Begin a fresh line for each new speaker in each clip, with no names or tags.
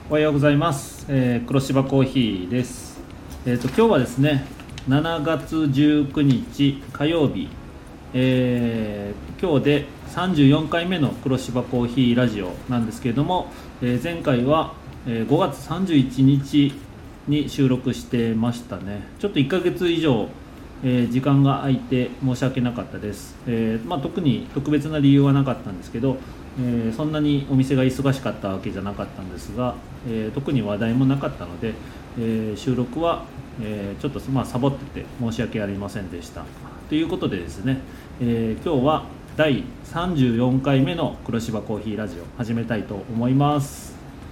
おはようございます。黒芝コーヒーです。今日はですね、7月19日火曜日、今日で34回目の黒芝コーヒーラジオなんですけれども、前回は5月31日に収録してましたね。ちょっと1ヶ月以上、時間が空いて申し訳なかったです。特に特別な理由はなかったんですけど、そんなにお店が忙しかったわけじゃなかったんですが、特に話題もなかったので、収録は、ちょっとサボってて申し訳ありませんでした。ということでですね、今日は第34回目の黒芝コーヒーラジオ始めたいと思います。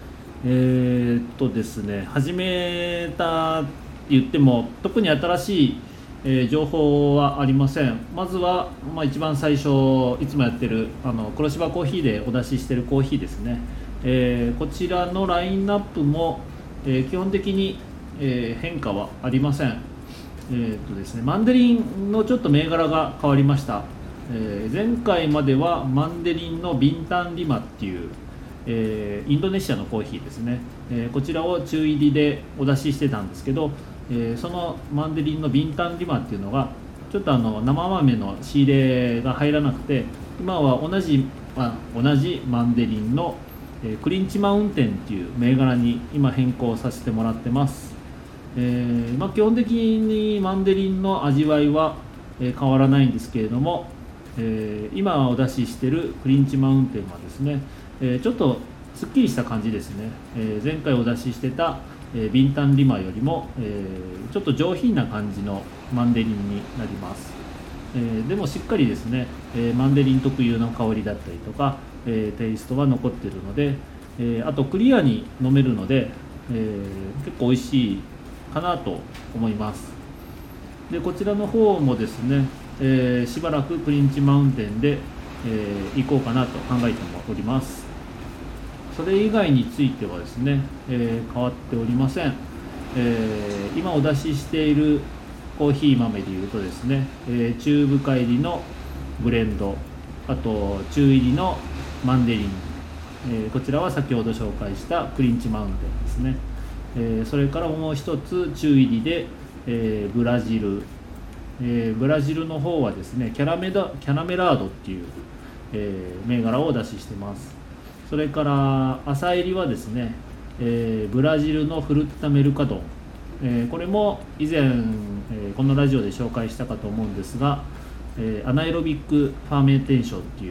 ですね、始めたって言っても特に新しい情報はありません。まずは、一番最初いつもやってる黒芝コーヒーでお出ししてるコーヒーですね、こちらのラインナップも、基本的に、変化はありません。ですね、マンデリンのちょっと銘柄が変わりました。前回まではマンデリンのビンタンリマっていう、インドネシアのコーヒーですね、こちらを中入りでお出ししてたんですけど、そのマンデリンのビンタンリマっていうのがちょっと生豆の仕入れが入らなくて、今は同じマンデリンのクリンチマウンテンっていう銘柄に今変更させてもらってます。基本的にマンデリンの味わいは変わらないんですけれども、今お出ししているクリンチマウンテンはですね、ちょっとすっきりした感じですね。前回お出ししてたビンタンリマよりも、ちょっと上品な感じのマンデリンになります。でもしっかりですね、マンデリン特有の香りだったりとか、テイストは残っているので、あとクリアに飲めるので、結構美味しいかなと思います。でこちらの方もですね、しばらくクリンチマウンテンで、行こうかなと考えております。それ以外についてはですね、変わっておりません。今お出ししているコーヒー豆でいうとですね、中深入りのブレンド、あと中入りのマンデリン、こちらは先ほど紹介したクリンチマウンテンですね。それからもう一つ中入りで、ブラジル、ブラジルの方はですねキャナメラードっていう、銘柄をお出ししてます。それから朝入りはですね、ブラジルのフルッタメルカドン、これも以前、このラジオで紹介したかと思うんですが、アナエロビックファーメンテーションっていう、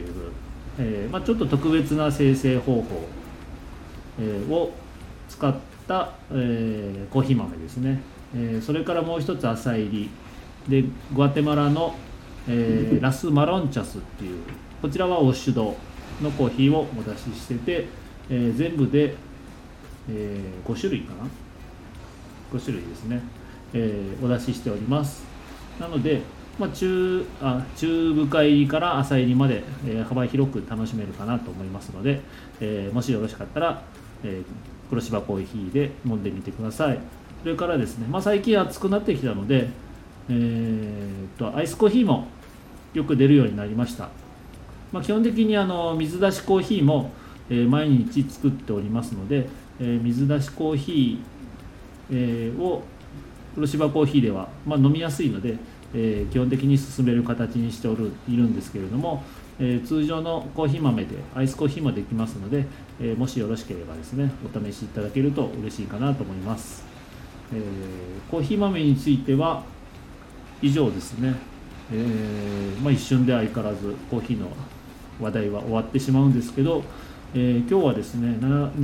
ちょっと特別な生成方法、を使った、コーヒー豆ですね。それからもう一つ朝入りでグアテマラの、ラスマロンチャスっていう、こちらはオッシュドのコーヒーをお出ししてて、全部で、5種類かな、5種類ですね、お出ししております。なので、中深入りから朝入りまで、幅広く楽しめるかなと思いますので、もしよろしかったら、黒芝コーヒーで飲んでみてください。それからですね、最近暑くなってきたので、アイスコーヒーもよく出るようになりました。基本的に水出しコーヒーも、毎日作っておりますので、水出しコーヒー、を黒芝コーヒーでは、飲みやすいので、基本的に進める形にしているんですけれども、通常のコーヒー豆でアイスコーヒーもできますので、もしよろしければですねお試しいただけると嬉しいかなと思います。コーヒー豆については以上ですね。一瞬で相変わらずコーヒーの話題は終わってしまうんですけど、今日はですね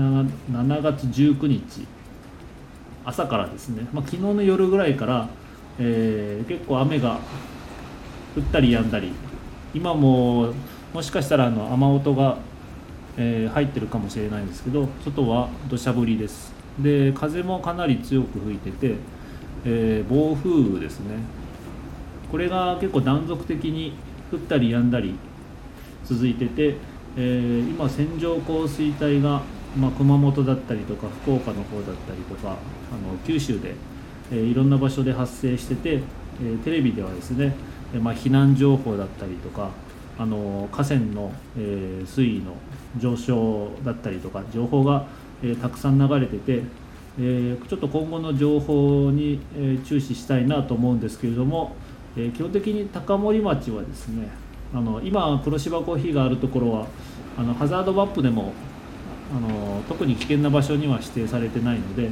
7月19日朝からですね、昨日の夜ぐらいから、結構雨が降ったり止んだり、今もしかしたら雨音が、入ってるかもしれないんですけど、外は土砂降りです。で風もかなり強く吹いてて、暴風雨ですね。これが結構断続的に降ったり止んだり続いてて、今線状降水帯が、熊本だったりとか福岡の方だったりとか九州で、いろんな場所で発生してて、テレビではですね、避難情報だったりとか河川の、水位の上昇だったりとか情報が、 たくさん流れてて、ちょっと今後の情報に、注視したいなと思うんですけれども、基本的に高森町はですね、今黒芝コーヒーがあるところはハザードマップでも特に危険な場所には指定されてないので、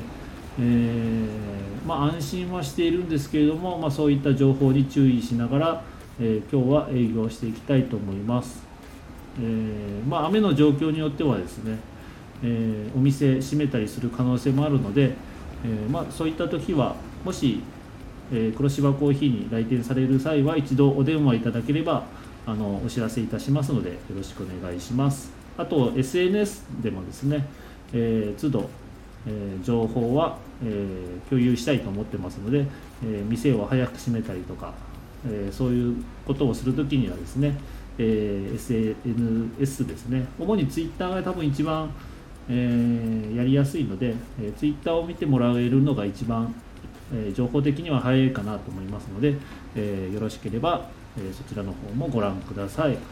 安心はしているんですけれども、そういった情報に注意しながら、今日は営業していきたいと思います。雨の状況によってはですね、お店閉めたりする可能性もあるので、そういった時はもし、黒芝コーヒーに来店される際は一度お電話いただければお知らせいたしますのでよろしくお願いします。あと SNS でもですね、都度、情報は、共有したいと思ってますので、店を早く閉めたりとか、そういうことをするときにはですね、SNS ですね、主に Twitter が多分一番、やりやすいので、Twitter を見てもらえるのが一番、情報的には早いかなと思いますので、よろしければ、そちらの方もご覧ください。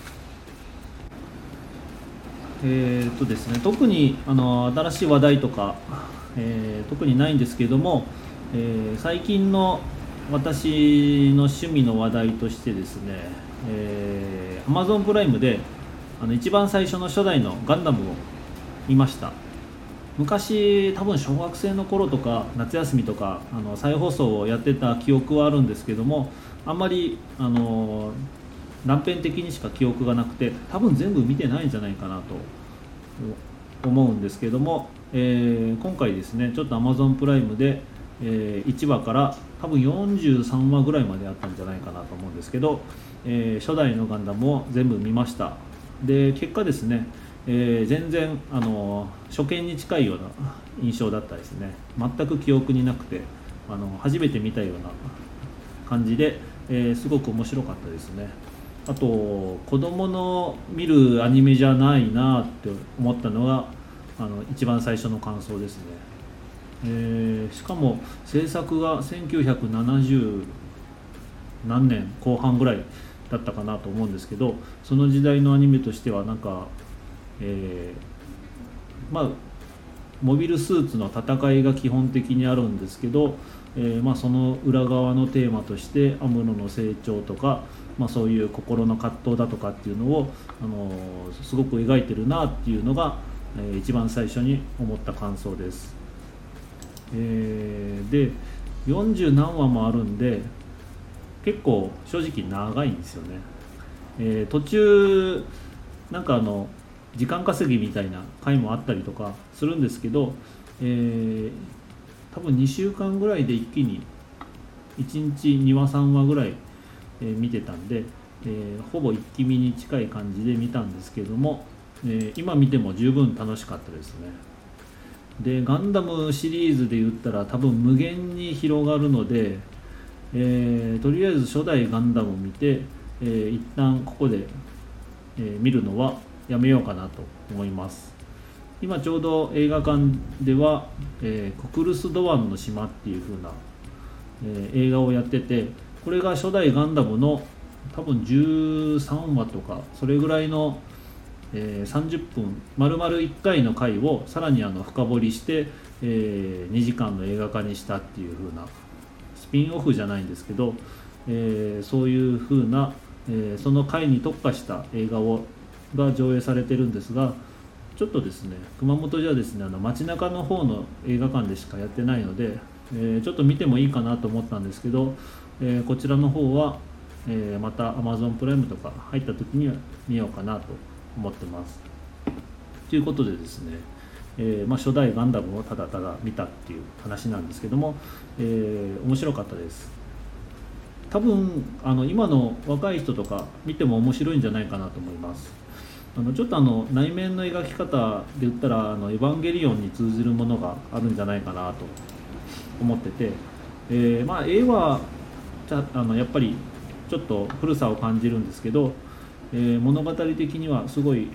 ですね、特に新しい話題とか、特にないんですけれども、最近の私の趣味の話題としてですね、Amazon プライムで一番最初の初代のガンダムを見ました。昔多分小学生の頃とか夏休みとか再放送をやってた記憶はあるんですけども、あんまり断片的にしか記憶がなくて多分全部見てないんじゃないかなと思うんですけども、今回ですねちょっと Amazon プライムで、1話から多分43話ぐらいまであったんじゃないかなと思うんですけど、初代のガンダムを全部見ました。で結果ですね、全然初見に近いような印象だったですね。全く記憶になくて初めて見たような感じで、すごく面白かったですね。あと子供の見るアニメじゃないなって思ったのが一番最初の感想ですね。しかも制作が1970何年後半ぐらいだったかなと思うんですけど、その時代のアニメとしてはなんか、モビルスーツの戦いが基本的にあるんですけど、その裏側のテーマとしてアムロの成長とか、そういう心の葛藤だとかっていうのをすごく描いてるなっていうのが、一番最初に思った感想です。で40何話もあるんで結構正直長いんですよね。途中なんか時間稼ぎみたいな回もあったりとかするんですけど、多分2週間ぐらいで一気に1日2話3話ぐらい、見てたんで、ほぼ一気見に近い感じで見たんですけども、今見ても十分楽しかったですね。でガンダムシリーズで言ったら多分無限に広がるので、とりあえず初代ガンダムを見て、一旦ここで、見るのはやめようかなと思います。今ちょうど映画館では、コクルス・ドワンの島っていう風な、映画をやってて、これが初代ガンダムの多分13話とかそれぐらいの、30分丸々1回の回をさらに深掘りして、2時間の映画化にしたっていう風なスピンオフじゃないんですけど、そういう風な、その回に特化した映画が上映されてるんですが、ちょっとですね熊本じゃですね街中の方の映画館でしかやってないので、ちょっと見てもいいかなと思ったんですけど、こちらの方は、また Amazon プライムとか入った時には見ようかなと思ってます。ということでですね、初代ガンダムをただただ見たっていう話なんですけども、面白かったです。多分今の若い人とか見ても面白いんじゃないかなと思います。ちょっと内面の描き方で言ったらエヴァンゲリオンに通ずるものがあるんじゃないかなと思ってて、絵はやっぱりちょっと古さを感じるんですけど、物語的にはすごい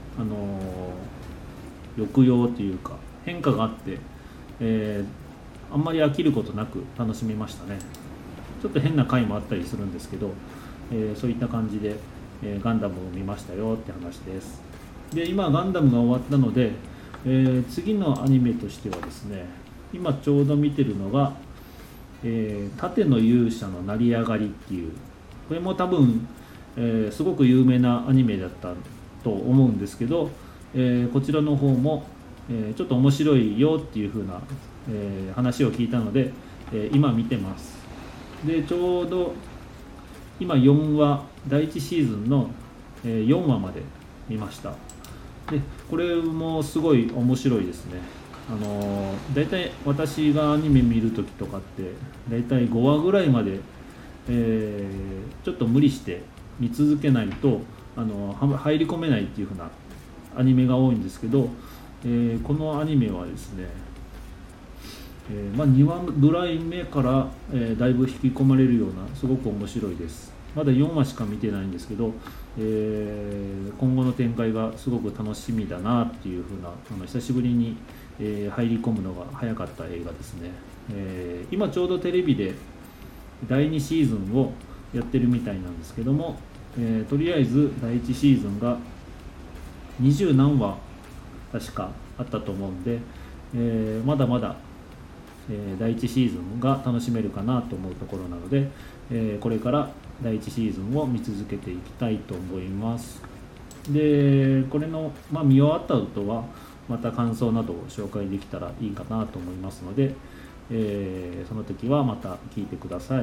抑揚というか変化があって、あんまり飽きることなく楽しめましたね。ちょっと変な回もあったりするんですけど、そういった感じで、ガンダムを見ましたよって話です。で今ガンダムが終わったので次のアニメとしてはですね、今ちょうど見てるのが、盾の勇者の成り上がりっていう、これも多分、すごく有名なアニメだったと思うんですけど、こちらの方も、ちょっと面白いよっていう風な、話を聞いたので、今見てます。でちょうど今4話、第1シーズンの、4話まで見ました。でこれもすごい面白いですね。だいたい私がアニメ見るときとかってだいたい5話ぐらいまで、ちょっと無理して見続けないと入り込めないっていう風なアニメが多いんですけど、このアニメはですね、2話ぐらい目から、だいぶ引き込まれるようなすごく面白いです。まだ4話しか見てないんですけど、今後の展開がすごく楽しみだなっていう風な久しぶりに、入り込むのが早かった映画ですね。今ちょうどテレビで第2シーズンをやってるみたいなんですけども、とりあえず第1シーズンが20何話確かあったと思うんで、まだまだ第1シーズンが楽しめるかなと思うところなので、これから第1シーズンを見続けていきたいと思います。でこれの、見終わった後はまた感想などを紹介できたらいいかなと思いますので、その時はまた聞いてください。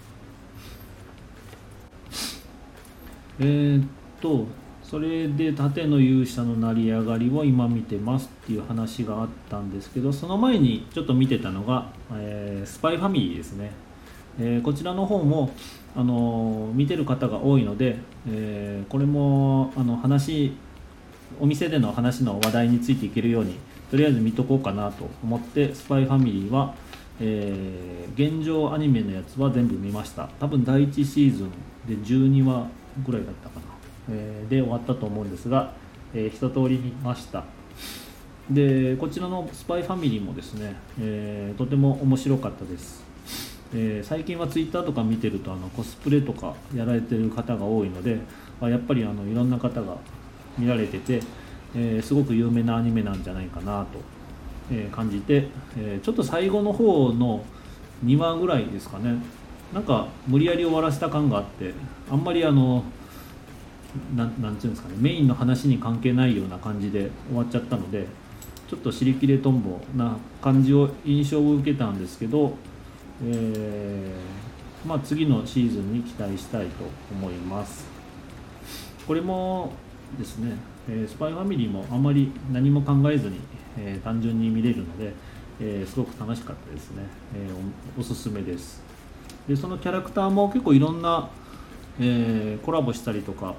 それで盾の勇者の成り上がりを今見てますっていう話があったんですけど、その前にちょっと見てたのが、スパイファミリーですね。こちらの方も見てる方が多いので、これもお店での話の話題についていけるようにとりあえず見とこうかなと思ってスパイファミリーは、現状アニメのやつは全部見ました。多分第1シーズンで12話ぐらいだったかな、で終わったと思うんですが、一通り見ました。でこちらのスパイファミリーもですね、とても面白かったです。最近はツイッターとか見てるとコスプレとかやられてる方が多いので、やっぱりいろんな方が見られてて、すごく有名なアニメなんじゃないかなと、感じて、ちょっと最後の方の2話ぐらいですかね、なんか無理やり終わらせた感があって、あんまりなんていうんですかね、メインの話に関係ないような感じで終わっちゃったので、ちょっと尻切れとんぼな印象を受けたんですけど、次のシーズンに期待したいと思います。これもですね、スパイファミリーもあまり何も考えずに、単純に見れるので、すごく楽しかったですね。おすすめです。でそのキャラクターも結構いろんな、コラボしたりとか、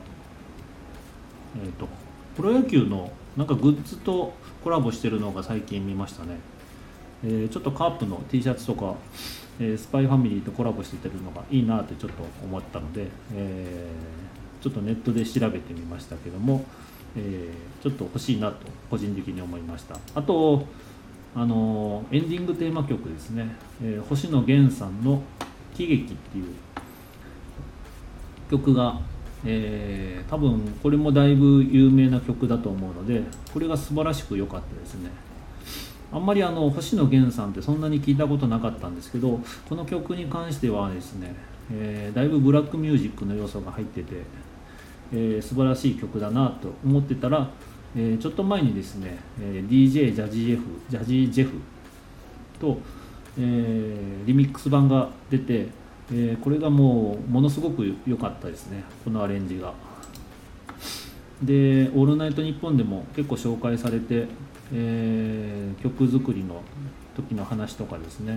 プロ野球のなんかグッズとコラボしてるのが最近見ましたね。ちょっとカープの T シャツとか、スパイファミリーとコラボしてるのがいいなってちょっと思ったので、ちょっとネットで調べてみましたけども、ちょっと欲しいなと個人的に思いました。あとエンディングテーマ曲ですね、星野源さんの「喜劇」っていう曲が、多分これもだいぶ有名な曲だと思うので、これが素晴らしく良かったですね。あんまり星野源さんってそんなに聞いたことなかったんですけど、この曲に関してはですね、だいぶブラックミュージックの要素が入ってて、素晴らしい曲だなと思ってたら、ちょっと前にですね、DJ ジャジージェフと、リミックス版が出て、これがものすごく良かったですね、このアレンジが。で「オールナイトニッポン」でも結構紹介されて、曲作りの時の話とかですね、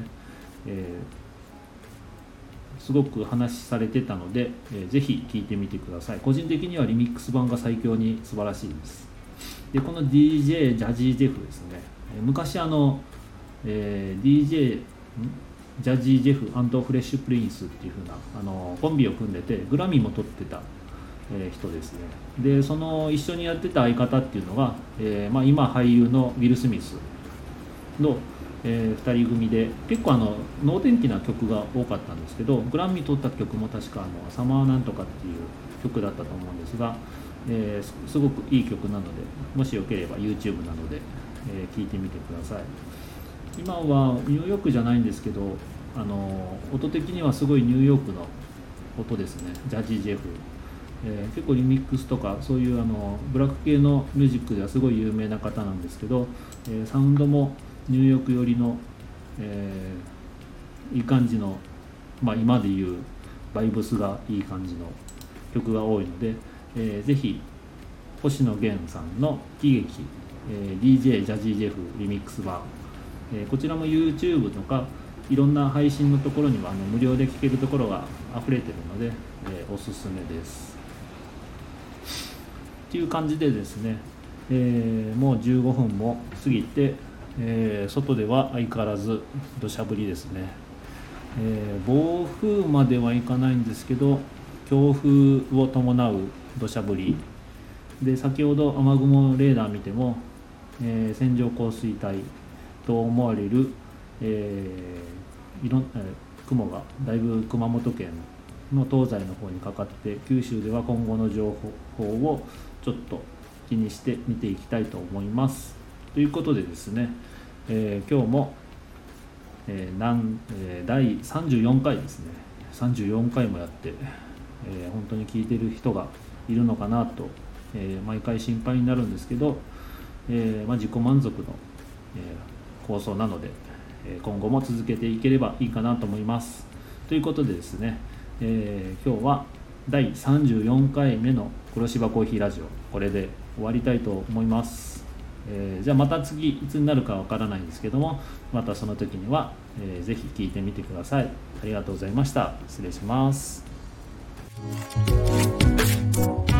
すごく話されてたので、ぜひ聴いてみてください。個人的にはリミックス版が最強に素晴らしいです。でこの DJ ジャジージェフですね、昔DJ ジャジージェフ&フレッシュプリンスっていう風なコンビを組んでてグラミーも取ってた、人ですね。でその一緒にやってた相方っていうのが、今俳優のウィル・スミスの、2人組で結構能天気な曲が多かったんですけど、グラミー取った曲も確かサマーなんとかっていう曲だったと思うんですが、すごくいい曲なので、もしよければ YouTube などで、 聞いてみてください。今はニューヨークじゃないんですけど、音的にはすごいニューヨークの音ですね。ジャジー・ジェフ、結構リミックスとかそういうブラック系のミュージックではすごい有名な方なんですけど、サウンドもニューヨーク寄りの、いい感じの、今でいうバイブスがいい感じの曲が多いので、ぜひ星野源さんの喜劇、DJ ジャジー・ジェフリミックス版、こちらも YouTube とかいろんな配信のところには無料で聴けるところが溢れてるので、おすすめですっていう感じでですね、もう15分も過ぎて、外では相変わらず土砂降りですね。暴風まではいかないんですけど強風を伴う土砂降りで、先ほど雨雲レーダー見ても、線状降水帯と思われる、雲がだいぶ熊本県の東西の方にかかって、九州では今後の情報をちょっと気にして見ていきたいと思います。ということでですね、今日も、第34回ですね。34回もやって、本当に聞いてる人がいるのかなと、毎回心配になるんですけど、自己満足の、放送なので、今後も続けていければいいかなと思います。ということでですね、今日は第34回目の黒芝コーヒーラジオ、これで終わりたいと思います。じゃあまた次いつになるかわからないんですけども、またその時には、ぜひ聞いてみてください。ありがとうございました。失礼します。